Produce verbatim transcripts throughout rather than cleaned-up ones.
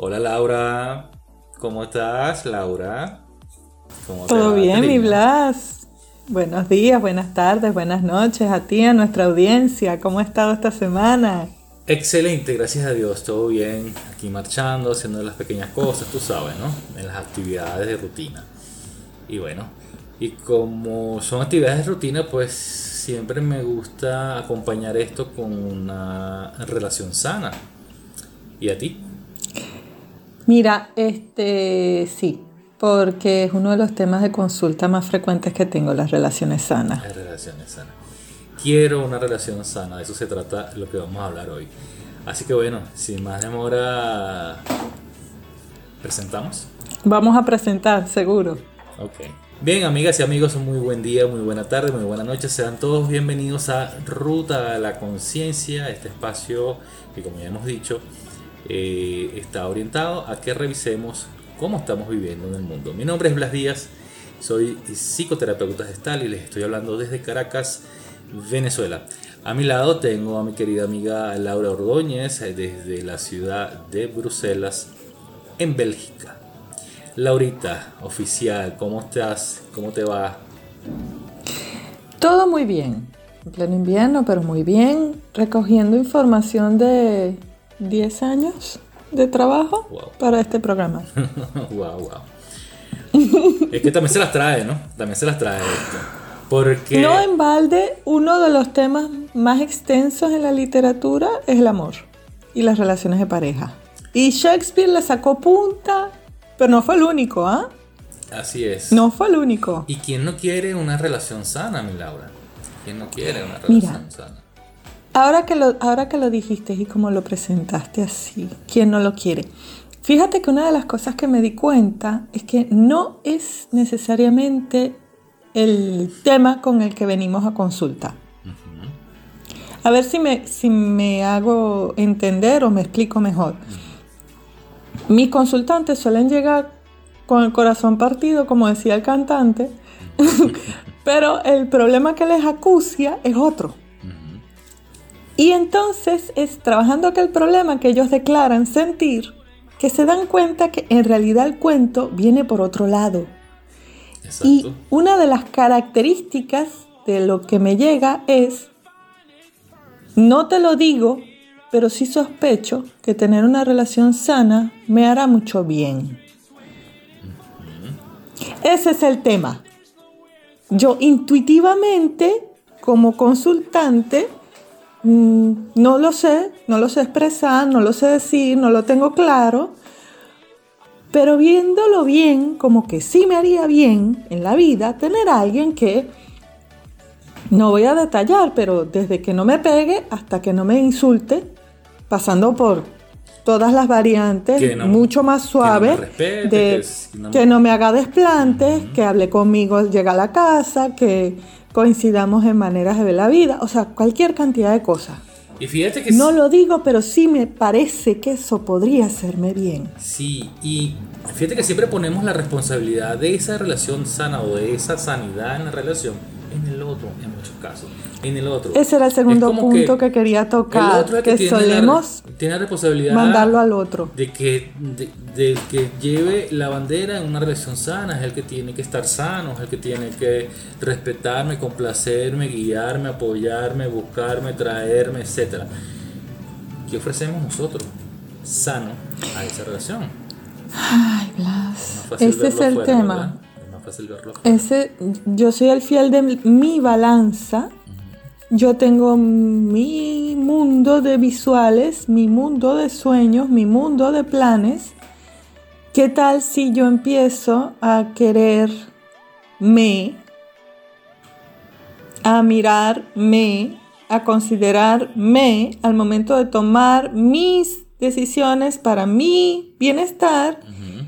Hola Laura, ¿cómo estás Laura? ¿Cómo te Todo va, bien, mi Trina? Blas. Buenos días, buenas tardes, buenas noches a ti, a nuestra audiencia. ¿Cómo ha estado esta semana? Excelente, gracias a Dios, todo bien. Aquí marchando, haciendo las pequeñas cosas, tú sabes, ¿no? En las actividades de rutina. Y bueno, y como son actividades de rutina, pues siempre me gusta acompañar esto con una relación sana. ¿Y a ti? Mira, este sí, porque es uno de los temas de consulta más frecuentes que tengo, las relaciones sanas. Las relaciones sanas. Quiero una relación sana, de eso se trata lo que vamos a hablar hoy. Así que bueno, sin más demora, presentamos. Vamos a presentar, seguro. Ok. Bien, amigas y amigos, muy buen día, muy buena tarde, muy buena noche. Sean todos bienvenidos a Ruta a la Conciencia, este espacio que, como ya hemos dicho, eh, está orientado a que revisemos cómo estamos viviendo en el mundo. Mi nombre es Blas Díaz, soy psicoterapeuta gestal y les estoy hablando desde Caracas, Venezuela. A mi lado tengo a mi querida amiga Laura Ordóñez, eh, desde la ciudad de Bruselas, en Bélgica. Laurita, oficial, ¿cómo estás? ¿Cómo te va? Todo muy bien. En pleno invierno, pero muy bien. Recogiendo información de diez años de trabajo Wow. para este programa. Wow, wow. Es que también se las trae, ¿no? También se las trae esto. Porque, No en balde, uno de los temas más extensos en la literatura es el amor y las relaciones de pareja. Y Shakespeare le sacó punta, pero no fue el único, ¿ah? así es. No fue el único. ¿Y quién no quiere una relación sana, mi Laura? ¿Quién no quiere una Mira, relación sana? ahora que lo, ahora que lo dijiste y como lo presentaste así, ¿quién no lo quiere? Fíjate que una de las cosas que me di cuenta es que no es necesariamente el tema con el que venimos a consulta. A ver si me, si me hago entender o me explico mejor. Mis consultantes suelen llegar con el corazón partido, como decía el cantante, pero el problema que les acucia es otro. Y entonces es trabajando aquel problema que ellos declaran sentir, que se dan cuenta que en realidad el cuento viene por otro lado. Exacto. Y una de las características de lo que me llega es, no te lo digo, pero sí sospecho que tener una relación sana me hará mucho bien. Ese es el tema. Yo intuitivamente, como consultante, mmm, no lo sé, no lo sé expresar, no lo sé decir, no lo tengo claro, pero viéndolo bien, como que sí me haría bien en la vida tener a alguien que, no voy a detallar, pero desde que no me pegue hasta que no me insulte, pasando por todas las variantes, Que no- mucho más que no suave, me respete, de que es- no- que no me haga desplantes, que hable conmigo al llegar a la casa, que coincidamos en maneras de ver la vida, o sea, cualquier cantidad de cosas. Y fíjate que No sí- lo digo, pero sí me parece que eso podría hacerme bien. Sí, y fíjate que siempre ponemos la responsabilidad de esa relación sana o de esa sanidad en la relación en el otro, en muchos casos, en el otro. Ese era el segundo Es como punto que, quería el tocar, otro es el que, tiene solemos la, tiene la responsabilidad mandarlo al otro. de que, de, de que lleve la bandera en una relación sana, es el que tiene que estar sano, es el que tiene que respetarme, complacerme, guiarme, apoyarme, buscarme, traerme, etcétera. ¿Qué ofrecemos nosotros sano a esa relación? Ay, Es Blas, más fácil ese es verlo el afuera, tema. ¿verdad? Es más fácil verlo afuera. Ese, yo soy el fiel de mi balanza. Yo tengo mi mundo de visuales, mi mundo de sueños, mi mundo de planes. ¿Qué tal si yo empiezo a quererme, a mirarme, a considerarme al momento de tomar mis decisiones para mi bienestar? Ujú.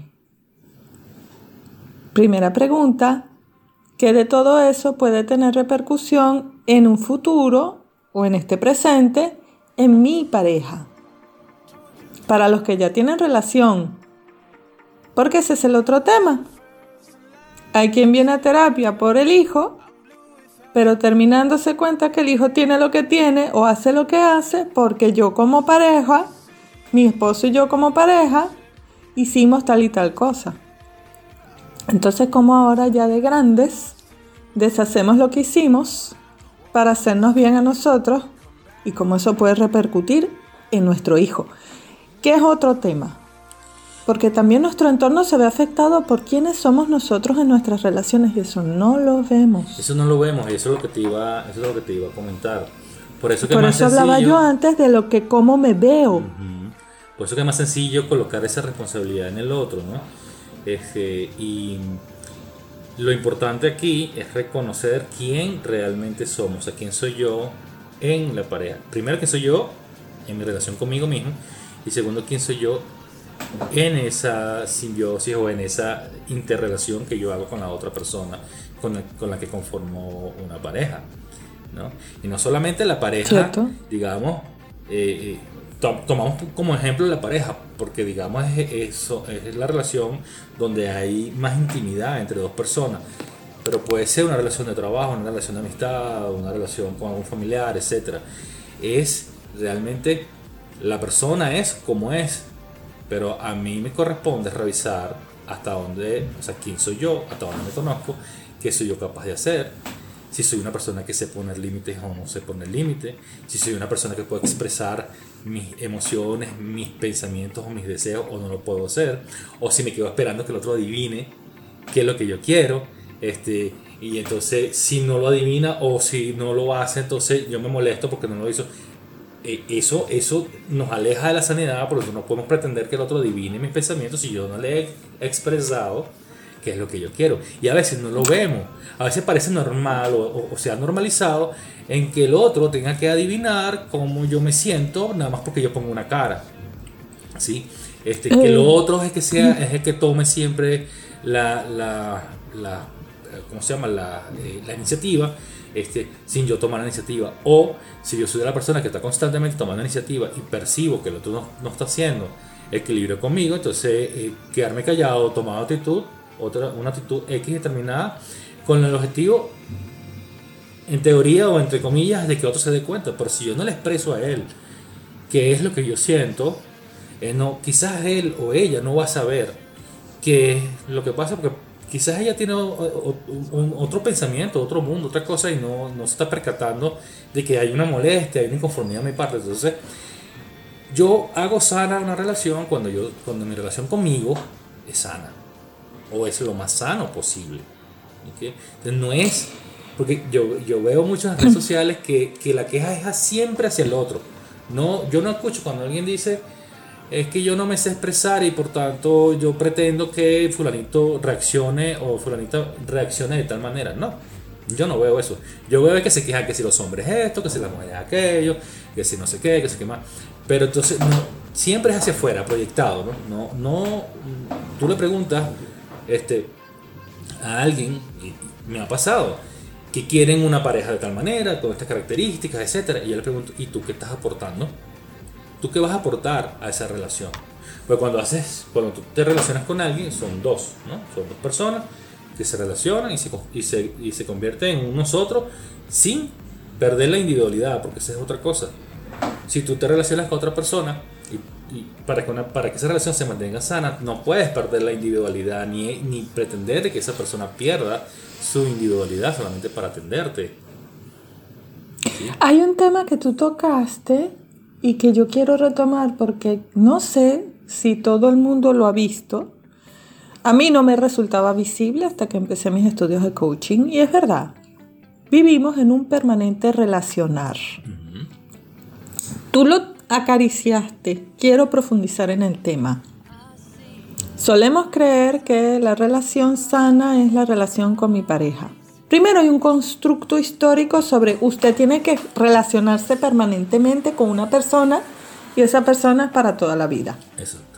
Primera pregunta, ¿qué de todo eso puede tener repercusión en un futuro o en este presente en mi pareja? Para los que ya tienen relación, porque ese es el otro tema. Hay quien viene a terapia por el hijo, pero terminándose cuenta que el hijo tiene lo que tiene o hace lo que hace porque yo como pareja, mi esposo y yo como pareja, hicimos tal y tal cosa. Entonces, como ahora ya de grandes, deshacemos lo que hicimos para hacernos bien a nosotros y cómo eso puede repercutir en nuestro hijo, que es otro tema. Porque también nuestro entorno se ve afectado por quiénes somos nosotros en nuestras relaciones y eso no lo vemos. Eso no lo vemos y eso es lo que te iba, eso es lo que te iba a comentar. Por eso, que por es más eso sencillo, hablaba yo antes de lo que cómo me veo. Uh-huh. Por eso que es más sencillo colocar esa responsabilidad en el otro, ¿no? Este, y lo importante aquí es reconocer quién realmente somos, o sea, quién soy yo en la pareja. Primero, quién soy yo en mi relación conmigo mismo y segundo, quién soy yo en esa simbiosis o en esa interrelación que yo hago con la otra persona con la, con la que conformo una pareja, ¿no? Y no solamente la pareja, ¿cierto? Digamos, eh, to- tomamos como ejemplo la pareja, porque digamos es, eso, es la relación donde hay más intimidad entre dos personas, pero puede ser una relación de trabajo, una relación de amistad, una relación con algún familiar, etcétera. Es realmente la persona es como es, pero a mí me corresponde revisar hasta dónde, o sea, quién soy yo, hasta dónde me conozco, qué soy yo capaz de hacer, si soy una persona que sé poner límites o no sé poner límites, si soy una persona que puede expresar mis emociones, mis pensamientos o mis deseos o no lo puedo hacer, o si me quedo esperando que el otro adivine qué es lo que yo quiero, este, y entonces si no lo adivina o si no lo hace, entonces yo me molesto porque no lo hizo. Eso, eso nos aleja de la sanidad, porque no podemos pretender que el otro adivine mis pensamientos si yo no le he expresado qué es lo que yo quiero. Y a veces no lo vemos, a veces parece normal o, o, o sea normalizado en que el otro tenga que adivinar cómo yo me siento nada más porque yo pongo una cara, ¿sí? Este, que lo otro es que sea, es el que tome siempre la, la, la ¿cómo se llama? La, eh, la iniciativa. Este, sin yo tomar la iniciativa, o si yo soy de la persona que está constantemente tomando la iniciativa y percibo que el otro no, no está haciendo equilibrio conmigo, entonces eh, quedarme callado, tomar actitud, otra, una actitud X determinada con el objetivo, en teoría o entre comillas, de que otro se dé cuenta. Pero si yo no le expreso a él qué es lo que yo siento, eh, no, quizás él o ella no va a saber qué es lo que pasa, porque quizás ella tiene otro pensamiento, otro mundo, otra cosa, y no, no se está percatando de que hay una molestia, hay una inconformidad de mi parte. Entonces, yo hago sana una relación cuando, yo, cuando mi relación conmigo es sana, o es lo más sano posible. ¿Okay? Entonces, no es, porque yo, yo veo muchas redes sociales que, que la queja es siempre hacia el otro. No, yo no escucho cuando alguien dice: es que yo no me sé expresar y por tanto yo pretendo que fulanito reaccione o fulanita reaccione de tal manera. No, yo no veo eso. Yo veo que se quejan que si los hombres esto, que si las mujeres aquello, que si no sé qué, que si qué más. Pero entonces no, siempre es hacia afuera, proyectado, ¿no? No, no, tú le preguntas este, a alguien, y me ha pasado, que quieren una pareja de tal manera, con estas características, etcétera, y yo le pregunto: ¿y tú qué estás aportando? ¿Tú qué vas a aportar a esa relación? Pues cuando haces, cuando tú te relacionas con alguien, son dos, ¿no? Son dos personas que se relacionan y se, y se, y se convierten en un nosotros sin perder la individualidad, porque esa es otra cosa. Si tú te relacionas con otra persona y, y para, que una, para que esa relación se mantenga sana, no puedes perder la individualidad ni, ni pretender que esa persona pierda su individualidad solamente para atenderte. ¿Sí? Hay un tema que tú tocaste y que yo quiero retomar porque no sé si todo el mundo lo ha visto. A mí no me resultaba visible hasta que empecé mis estudios de coaching, y es verdad. Vivimos en un permanente relacionar. Uh-huh. Tú lo acariciaste. Quiero profundizar en el tema. Solemos creer que la relación sana es la relación con mi pareja. Primero, hay un constructo histórico sobre usted tiene que relacionarse permanentemente con una persona y esa persona es para toda la vida. Exacto.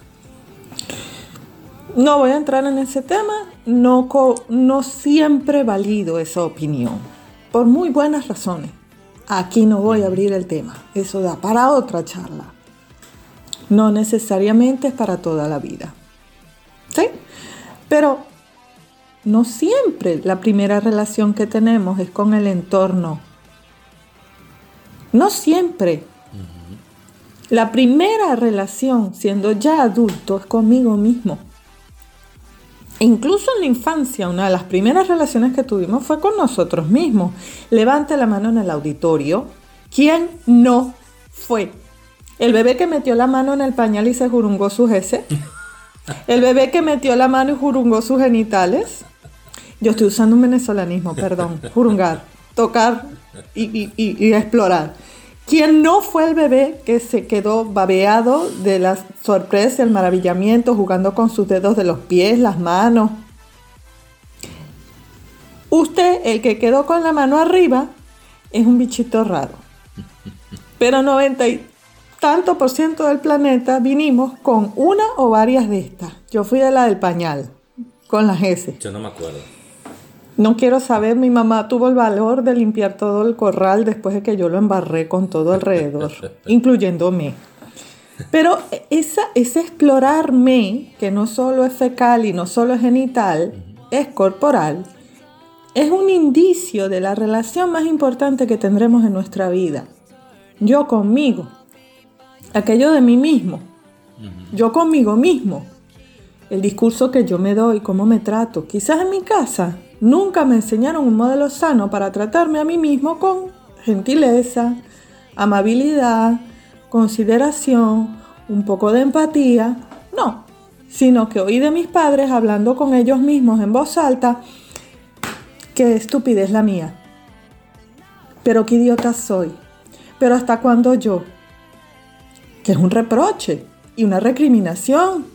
No voy a entrar en ese tema, no, no siempre valido esa opinión, por muy buenas razones. Aquí no voy a abrir el tema, eso da para otra charla. No necesariamente es para toda la vida. ¿Sí? Pero no siempre la primera relación que tenemos es con el entorno. No siempre. Uh-huh. La primera relación, siendo ya adulto, es conmigo mismo. Incluso en la infancia, una de las primeras relaciones que tuvimos fue con nosotros mismos. Levante la mano en el auditorio. ¿Quién no fue? El bebé que metió la mano en el pañal y se jurungó sus heces. El bebé que metió la mano y jurungó sus genitales. Yo estoy usando un venezolanismo, perdón. Jurungar, tocar y, y, y, y explorar. ¿Quién no fue el bebé que se quedó babeado de la sorpresa, el maravillamiento, jugando con sus dedos de los pies, las manos? Usted, el que quedó con la mano arriba, es un bichito raro. Pero noventa y tanto por ciento del planeta vinimos con una o varias de estas. Yo fui de la del pañal, con las heces. Yo no me acuerdo. No quiero saber, mi mamá tuvo el valor de limpiar todo el corral después de que yo lo embarré con todo alrededor, incluyéndome. Pero esa, ese explorarme, que no solo es fecal y no solo es genital, es corporal, es un indicio de la relación más importante que tendremos en nuestra vida. Yo conmigo, aquello de mí mismo, yo conmigo mismo, el discurso que yo me doy, cómo me trato. Quizás en mi casa nunca me enseñaron un modelo sano para tratarme a mí mismo con gentileza, amabilidad, consideración, un poco de empatía. No, sino que oí de mis padres hablando con ellos mismos en voz alta, qué estupidez la mía. Pero qué idiota soy. Pero hasta cuándo yo. Que es un reproche y una recriminación.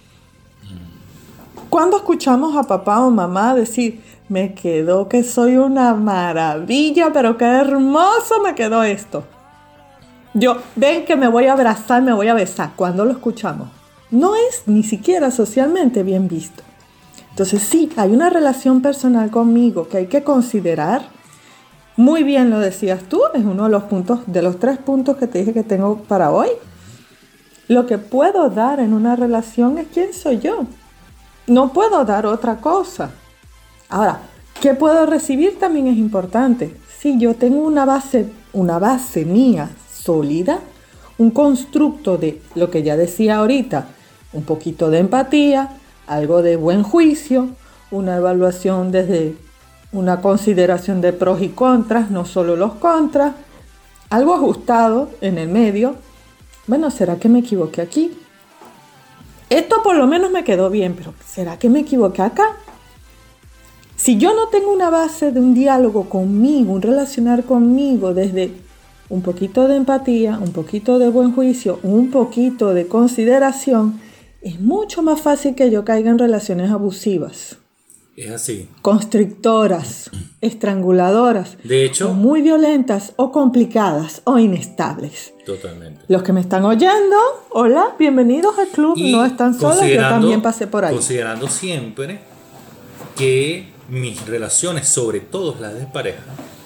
¿Cuándo escuchamos a papá o mamá decir, me quedó que soy una maravilla, pero qué hermoso me quedó esto? Yo, ven que me voy a abrazar, me voy a besar. ¿Cuándo lo escuchamos? No es ni siquiera socialmente bien visto. Entonces sí, hay una relación personal conmigo que hay que considerar. Muy bien lo decías tú, es uno de los puntos, de los tres puntos que te dije que tengo para hoy. Lo que puedo dar en una relación es quién soy yo. No puedo dar otra cosa. Ahora, ¿qué puedo recibir? También es importante. Si yo tengo una base, una base mía sólida, un constructo de lo que ya decía ahorita, un poquito de empatía, algo de buen juicio, una evaluación desde una consideración de pros y contras, no solo los contras, algo ajustado en el medio. Bueno, ¿será que me equivoqué aquí? Esto por lo menos me quedó bien, pero ¿será que me equivoqué acá? Si yo no tengo una base de un diálogo conmigo, un relacionar conmigo desde un poquito de empatía, un poquito de buen juicio, un poquito de consideración, es mucho más fácil que yo caiga en relaciones abusivas. Es así. Constrictoras, estranguladoras. De hecho, o muy violentas o complicadas o inestables. Totalmente. Los que me están oyendo, hola, bienvenidos al club. Y no están solos, yo también pasé por ahí. Considerando siempre que mis relaciones, sobre todo las de pareja,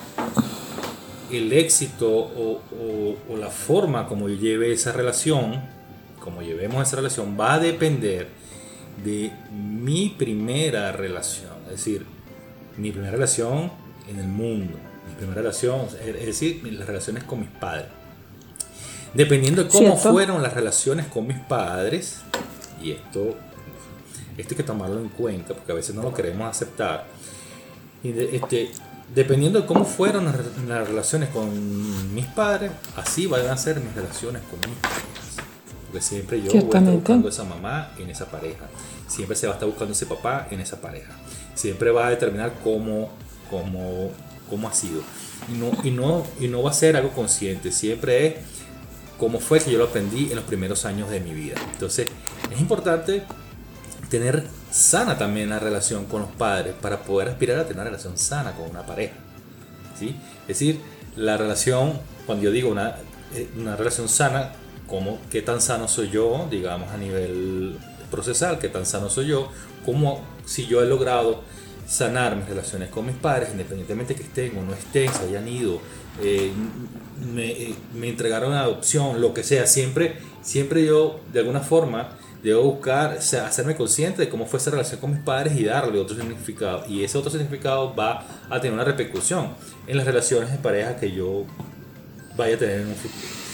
el éxito o, o, o la forma como yo lleve esa relación, como llevemos esa relación, va a depender de mi primera relación, es decir, mi primera relación en el mundo, mi primera relación, es decir, las relaciones con mis padres. Dependiendo de cómo ¿Cierto? fueron las relaciones con mis padres, y esto, esto hay que tomarlo en cuenta porque a veces no lo queremos aceptar, y de, este, dependiendo de cómo fueron las, las relaciones con mis padres, así van a ser mis relaciones con mis parejas. Porque siempre yo voy a estar buscando esa mamá en esa pareja. Siempre se va a estar buscando ese papá en esa pareja. Siempre va a determinar cómo, cómo, cómo ha sido. Y no, y, no, y no va a ser algo consciente. Siempre es cómo fue que yo lo aprendí en los primeros años de mi vida. Entonces es importante tener sana también la relación con los padres para poder aspirar a tener una relación sana con una pareja. ¿Sí? Es decir, la relación, cuando yo digo una, una relación sana, como qué tan sano soy yo, digamos a nivel procesal, qué tan sano soy yo, como si yo he logrado sanar mis relaciones con mis padres, independientemente que estén o no estén, se hayan ido, eh, me, eh, me entregaron a adopción, lo que sea, siempre, siempre yo de alguna forma debo buscar, o sea, hacerme consciente de cómo fue esa relación con mis padres y darle otro significado, y ese otro significado va a tener una repercusión en las relaciones de pareja que yo vaya a tener en un futuro.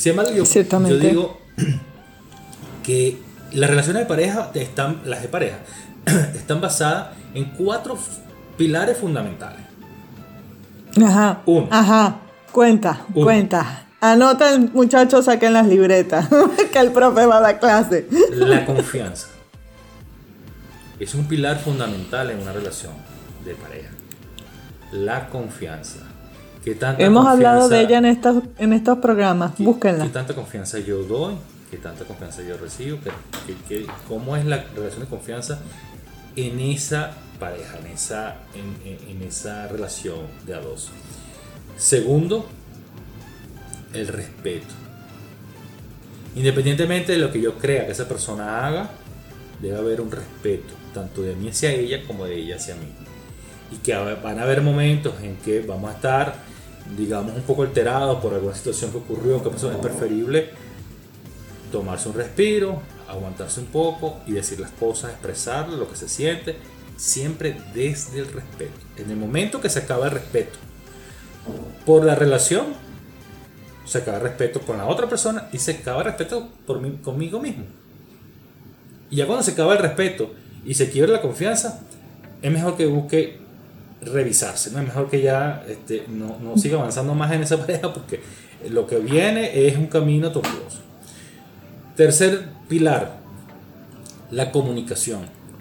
Sin embargo, yo, yo digo que las relaciones de pareja, están, las de pareja, están basadas en cuatro pilares fundamentales. Ajá. Uno. Ajá. Cuenta, uno. cuenta. Anoten, muchachos, saquen las libretas, que el profe va a dar clase. La confianza. Es un pilar fundamental en una relación de pareja. La confianza. ¿Qué tanta Hemos confianza, hablado de ella en estos, en estos programas. ¿qué, Búsquenla. ¿Qué tanta confianza yo doy? ¿Qué tanta confianza yo recibo? ¿Qué, qué, qué, ¿Cómo es la relación de confianza en esa pareja, en esa, en, en, en esa relación de a dos? Segundo, el respeto. Independientemente de lo que yo crea que esa persona haga, debe haber un respeto, tanto de mí hacia ella como de ella hacia mí. Y que van a haber momentos en que vamos a estar, digamos, un poco alterados por alguna situación que ocurrió, que pasó. Es preferible tomarse un respiro, aguantarse un poco y decir las cosas, expresar lo que se siente, siempre desde el respeto. En el momento que se acaba el respeto por la relación, se acaba el respeto con la otra persona y se acaba el respeto por mí, conmigo mismo. Y ya cuando se acaba el respeto y se quiebra la confianza, es mejor que busque revisarse, ¿no? Es mejor que ya este, no, no siga avanzando más en esa pareja, porque lo que viene es un camino tortuoso. Tercer pilar, la comunicación.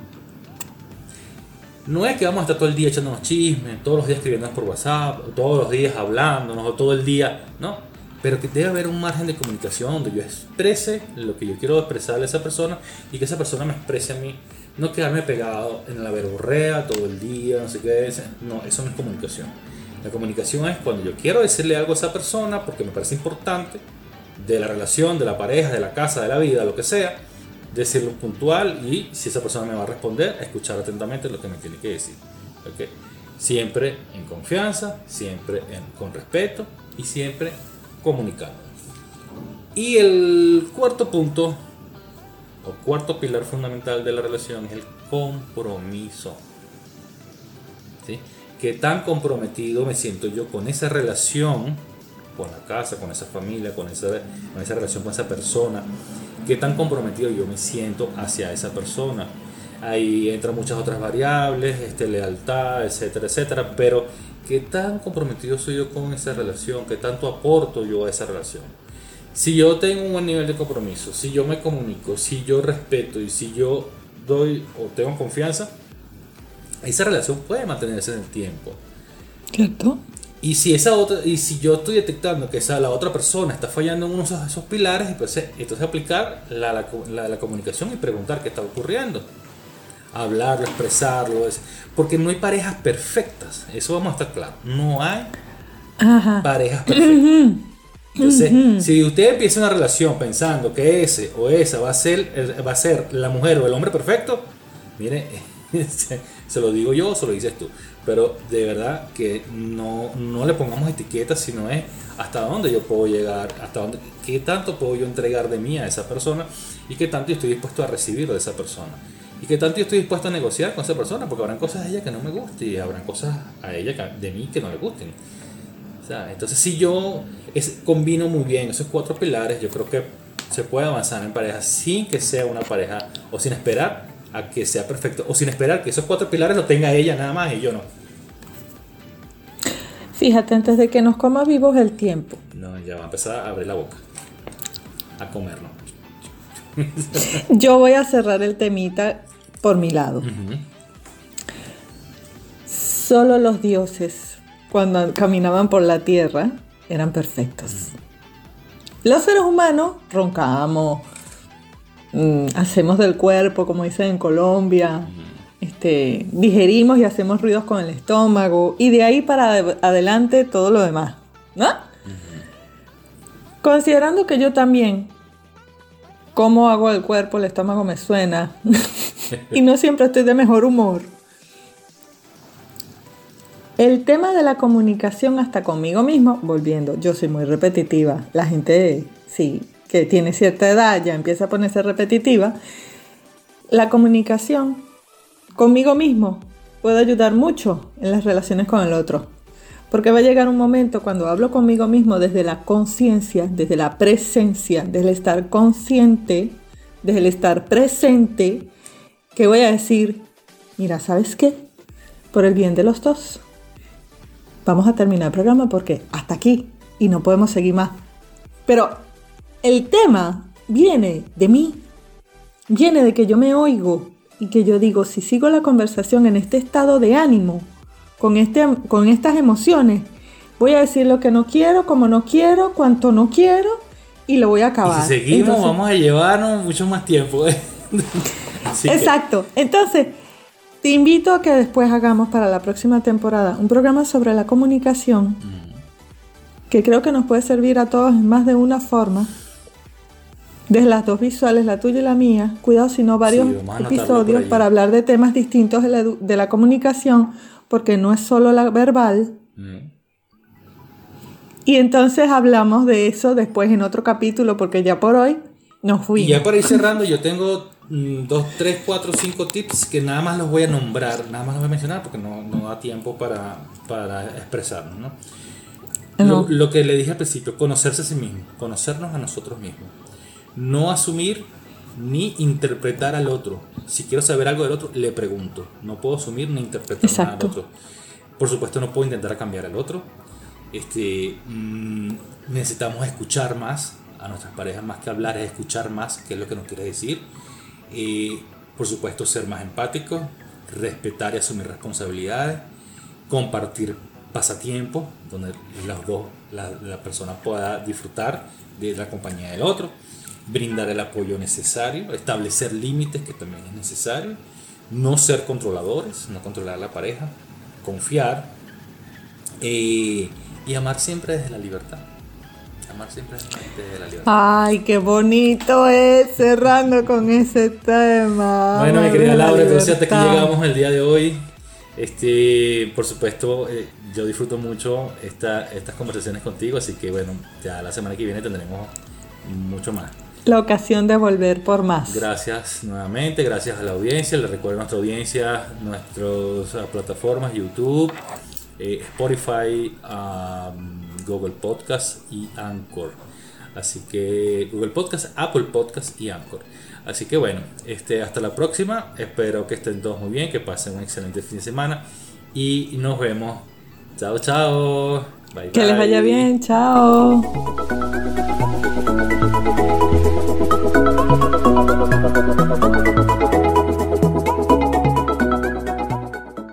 No es que vamos a estar todo el día echándonos chismes, todos los días escribiéndonos por WhatsApp, todos los días hablándonos, o todo el día, no. Pero que debe haber un margen de comunicación donde yo exprese lo que yo quiero expresarle a esa persona y que esa persona me exprese a mí. No quedarme pegado en la verborrea todo el día, no sé qué. No, eso no es comunicación. La comunicación es cuando yo quiero decirle algo a esa persona porque me parece importante, de la relación, de la pareja, de la casa, de la vida, lo que sea, decirlo puntual, y si esa persona me va a responder, escuchar atentamente lo que me tiene que decir. ¿Okay? Siempre en confianza, siempre en, con respeto y siempre comunicando. Y el cuarto punto, o cuarto pilar fundamental de la relación, es el compromiso. ¿Sí? ¿Qué tan comprometido me siento yo con esa relación, con la casa, con esa familia, con esa, con esa relación con esa persona? ¿Qué tan comprometido yo me siento hacia esa persona? Ahí entran muchas otras variables, este, lealtad, etcétera, etcétera, pero ¿qué tan comprometido soy yo con esa relación? ¿Qué tanto aporto yo a esa relación? Si yo tengo un buen nivel de compromiso, si yo me comunico, si yo respeto y si yo doy o tengo confianza, esa relación puede mantenerse en el tiempo. ¿Cierto? Y si esa otra, y si yo estoy detectando que esa la otra persona está fallando en uno de esos, esos pilares, entonces, entonces aplicar la, la, la, la comunicación y preguntar qué está ocurriendo. Hablarlo, expresarlo, es, porque no hay parejas perfectas, eso vamos a estar claros. No hay Ajá. parejas perfectas. Entonces, uh-huh. si usted empieza una relación pensando que ese o esa va a ser, va a ser la mujer o el hombre perfecto, mire, se lo digo yo, se lo dices tú, pero de verdad que no, no le pongamos etiquetas, sino es hasta dónde yo puedo llegar, hasta dónde, qué tanto puedo yo entregar de mí a esa persona y qué tanto yo estoy dispuesto a recibir de esa persona y qué tanto yo estoy dispuesto a negociar con esa persona, porque habrán cosas de ella que no me gusten y habrán cosas a ella que, de mí que no le gusten. O sea, entonces si yo es, combino muy bien esos cuatro pilares, yo creo que se puede avanzar en pareja sin que sea una pareja, o sin esperar a que sea perfecto, o sin esperar que esos cuatro pilares lo tenga ella nada más y yo no. Fíjate, antes de que nos coma vivos el tiempo. No, ya va a empezar a abrir la boca, a comernos. Yo voy a cerrar el temita por mi lado. Uh-huh. Solo los dioses, cuando caminaban por la tierra, eran perfectos. Uh-huh. Los seres humanos roncamos, mmm, hacemos del cuerpo, como dicen en Colombia, uh-huh. este, digerimos y hacemos ruidos con el estómago, y de ahí para adelante todo lo demás, ¿no? Uh-huh. Considerando que yo también, cómo hago el cuerpo, el estómago me suena, y no siempre estoy de mejor humor. El tema de la comunicación hasta conmigo mismo, volviendo, yo soy muy repetitiva. La gente, sí, que tiene cierta edad ya empieza a ponerse repetitiva. La comunicación conmigo mismo puede ayudar mucho en las relaciones con el otro. Porque va a llegar un momento cuando hablo conmigo mismo desde la conciencia, desde la presencia, desde el estar consciente, desde el estar presente, que voy a decir, mira, ¿sabes qué? Por el bien de los dos, vamos a terminar el programa porque hasta aquí y no podemos seguir más. Pero el tema viene de mí, viene de que yo me oigo y que yo digo, si sigo la conversación en este estado de ánimo, con, este, con estas emociones, voy a decir lo que no quiero, como no quiero, cuánto no quiero y lo voy a acabar. Y si seguimos, entonces, vamos a llevarnos mucho más tiempo. Exacto. Que... Entonces, te invito a que después hagamos para la próxima temporada un programa sobre la comunicación, mm. que creo que nos puede servir a todos en más de una forma. Desde las dos visuales, la tuya y la mía. Cuidado si no varios sí, episodios para hablar de temas distintos de la, de la comunicación, porque no es solo la verbal. Mm. Y entonces hablamos de eso después en otro capítulo, porque ya por hoy nos fuimos. Y ya para ir cerrando, yo tengo mm, dos, tres, cuatro, cinco tips que nada más los voy a nombrar, nada más los voy a mencionar porque no, no da tiempo para, para expresarnos, ¿no? No. Lo, lo que le dije al principio, conocerse a sí mismo, conocernos a nosotros mismos. No asumir ni interpretar al otro. Si quiero saber algo del otro, le pregunto. No puedo asumir ni interpretar nada al otro. Por supuesto, no puedo intentar cambiar al otro. Este, mmm, necesitamos escuchar más a nuestras parejas, más que hablar, es escuchar más qué es lo que nos quiere decir. Eh, por supuesto, ser más empático, respetar y asumir responsabilidades, compartir pasatiempos donde los dos, la, la persona pueda disfrutar de la compañía del otro, brindar el apoyo necesario, establecer límites que también es necesario, no ser controladores, no controlar a la pareja, confiar eh, y amar siempre desde la libertad. Amar siempre desde la libertad. Ay, qué bonito es cerrando con ese tema. Bueno, mi querida Laura, entonces hasta aquí llegamos el día de hoy. Este, por supuesto, eh, yo disfruto mucho esta, estas conversaciones contigo, así que bueno, ya la semana que viene tendremos mucho más. La ocasión de volver por más. Gracias nuevamente, gracias a la audiencia. Les recuerdo a nuestra audiencia, nuestras plataformas, YouTube, eh, Spotify, um, Google Podcast y Anchor. Así que Google Podcast, Apple Podcast y Anchor. Así que bueno, este, hasta la próxima. Espero que estén todos muy bien, que pasen un excelente fin de semana y nos vemos. Chao, chao. Bye, que bye. les vaya bien, chao.